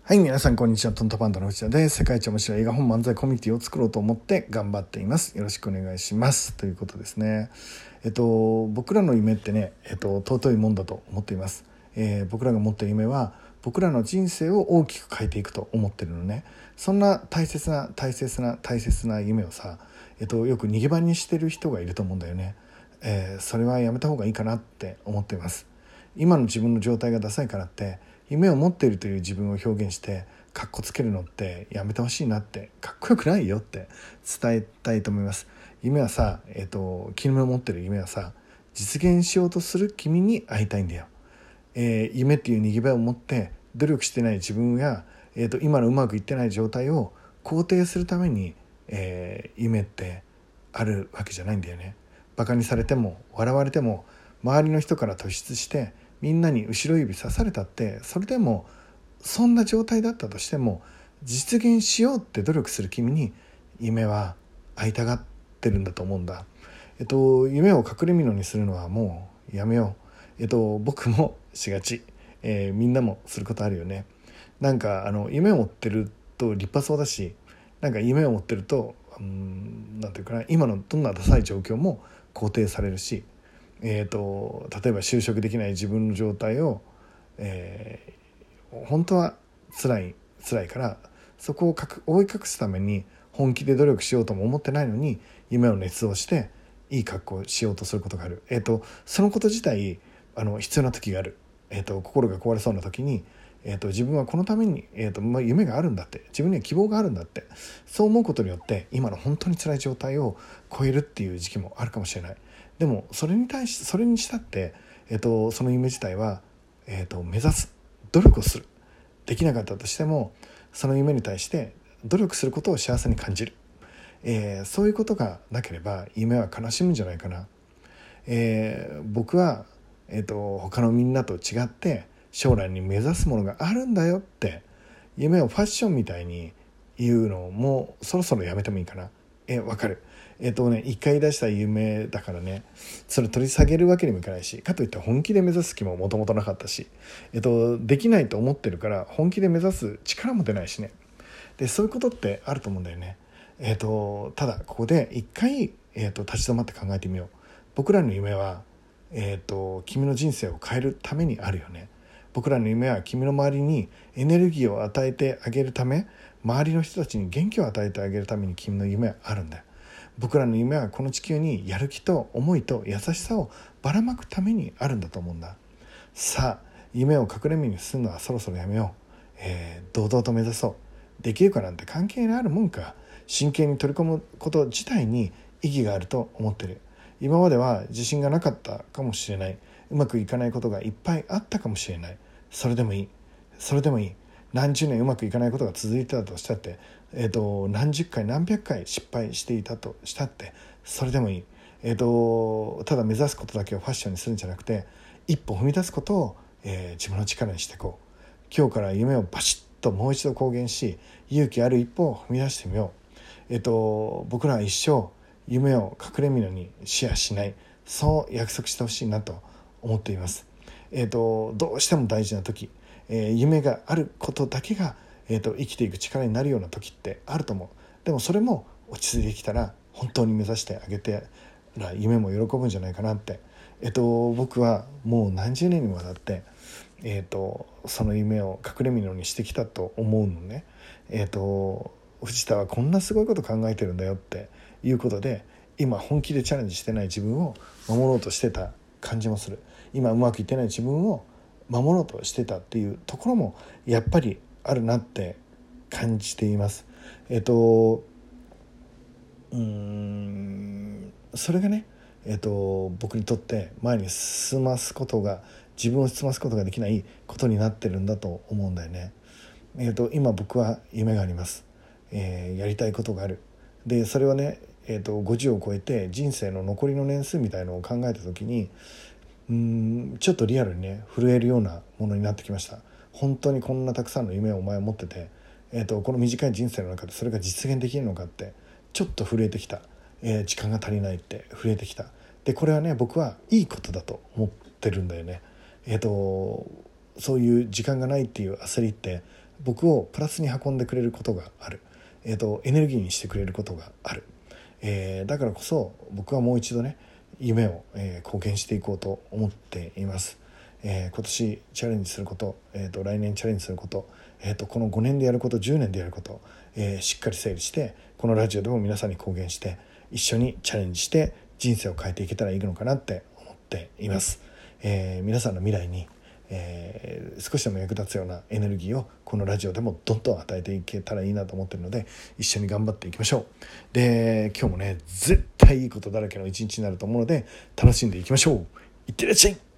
はい、皆さんこんにちは。トントパンダの内田です。世界一面白い映画本漫才コミュニティを作ろうと思って頑張っています。よろしくお願いしますということですね。僕らの夢ってね、尊いもんだと思っています。僕らが持っている夢は僕らの人生を大きく変えていくと思ってるのね。そんな大切な夢をさ、よく逃げ場にしてる人がいると思うんだよね。それはやめた方がいいかなって思っています。今の自分の状態がダサいからって夢を持っているという自分を表現してかっこつけるのってやめてほしいなって、かっこよくないよって伝えたいと思います。夢はさ、君の持ってる夢はさ、実現しようとする君に会いたいんだよ。夢っていう逃げ場を持って努力してない自分や、今のうまくいってない状態を肯定するために、夢ってあるわけじゃないんだよね。バカにされても笑われても周りの人から突出してみんなに後ろ指さされたって、それでもそんな状態だったとしても実現しようって努力する君に夢は会いたがってるんだと思うんだ。夢を隠れ蓑にするのはもうやめよう。僕もしがち、みんなもすることあるよね。なんか夢を持ってると立派そうだし、なんか夢を持ってるとなんていうかな、今のどんなダサい状況も肯定されるし、例えば就職できない自分の状態を、本当は辛いからそこを覆い隠すために本気で努力しようとも思ってないのに夢を捏造していい格好をしようとすることがある。そのこと自体必要な時がある。心が壊れそうな時に、自分はこのために、夢があるんだって、自分には希望があるんだって、そう思うことによって今の本当に辛い状態を超えるっていう時期もあるかもしれない。でもそれにしたって、その夢自体は、目指す努力をする。できなかったとしてもその夢に対して努力することを幸せに感じる。そういうことがなければ夢は悲しむんじゃないかな。僕は、他のみんなと違って将来に目指すものがあるんだよって、夢をファッションみたいに言うのもそろそろやめてもいいかな。わかる。一回出した夢だからね、それ取り下げるわけにもいかないし、かといって本気で目指す気ももともとなかったし、できないと思ってるから本気で目指す力も出ないしね。でそういうことってあると思うんだよね。ただここで一回、立ち止まって考えてみよう。僕らの夢は、君の人生を変えるためにあるよね。僕らの夢は君の周りにエネルギーを与えてあげるため、周りの人たちに元気を与えてあげるために君の夢はあるんだよ。僕らの夢はこの地球にやる気と思いと優しさをばらまくためにあるんだと思うんだ。さあ夢を隠れ身にするのはそろそろやめよう。堂々と目指そう。できるかなんて関係のあるもんか。真剣に取り込むこと自体に意義があると思ってる。今までは自信がなかったかもしれない。うまくいかないことがいっぱいあったかもしれない。それでもいい。何十年うまくいかないことが続いてたとしたって、何十回何百回失敗していたとしたってそれでもいい。ただ目指すことだけをファッションにするんじゃなくて、一歩踏み出すことを、自分の力にしていこう。今日から夢をバシッともう一度公言し、勇気ある一歩を踏み出してみよう。僕らは一生夢を隠れ蓑にシェアしない、そう約束してほしいなと思っています。どうしても大事な時、夢があることだけが、生きていく力になるような時ってあると思う。でもそれも落ち着いてきたら本当に目指してあげてら夢も喜ぶんじゃないかなって、僕はもう何十年にもわたって、その夢を隠れ蓑にしてきたと思うのね。藤田はこんなすごいこと考えてるんだよっていうことで、今本気でチャレンジしてない自分を守ろうとしてた感じもする。今うまくいってない自分を守ろうとしてたっていうところもやっぱりあるなって感じています。それがね、僕にとって前に進ますことが、自分を進ますことができないことになってるんだと思うんだよね。今僕は夢があります。やりたいことがある。でそれはね、50を超えて人生の残りの年数みたいのを考えた時に、ちょっとリアルにね震えるようなものになってきました。本当にこんなたくさんの夢をお前は持ってて、この短い人生の中でそれが実現できるのかってちょっと震えてきた。時間が足りないって震えてきた。でこれはね僕はいいことだと思ってるんだよね。そういう時間がないっていう焦りって僕をプラスに運んでくれることがある、エネルギーにしてくれることがある、だからこそ僕はもう一度ね夢を、貢献していこうと思っています。今年チャレンジすること、来年チャレンジすること、この5年でやること10年でやること、しっかり整理してこのラジオでも皆さんに貢献して一緒にチャレンジして人生を変えていけたらいいのかなって思っています。皆さんの未来に、少しでも役立つようなエネルギーをこのラジオでもどんどん与えていけたらいいなと思ってるので一緒に頑張っていきましょう。で今日もね絶対いいことだらけの一日になると思うので楽しんでいきましょう。いってらっしゃい。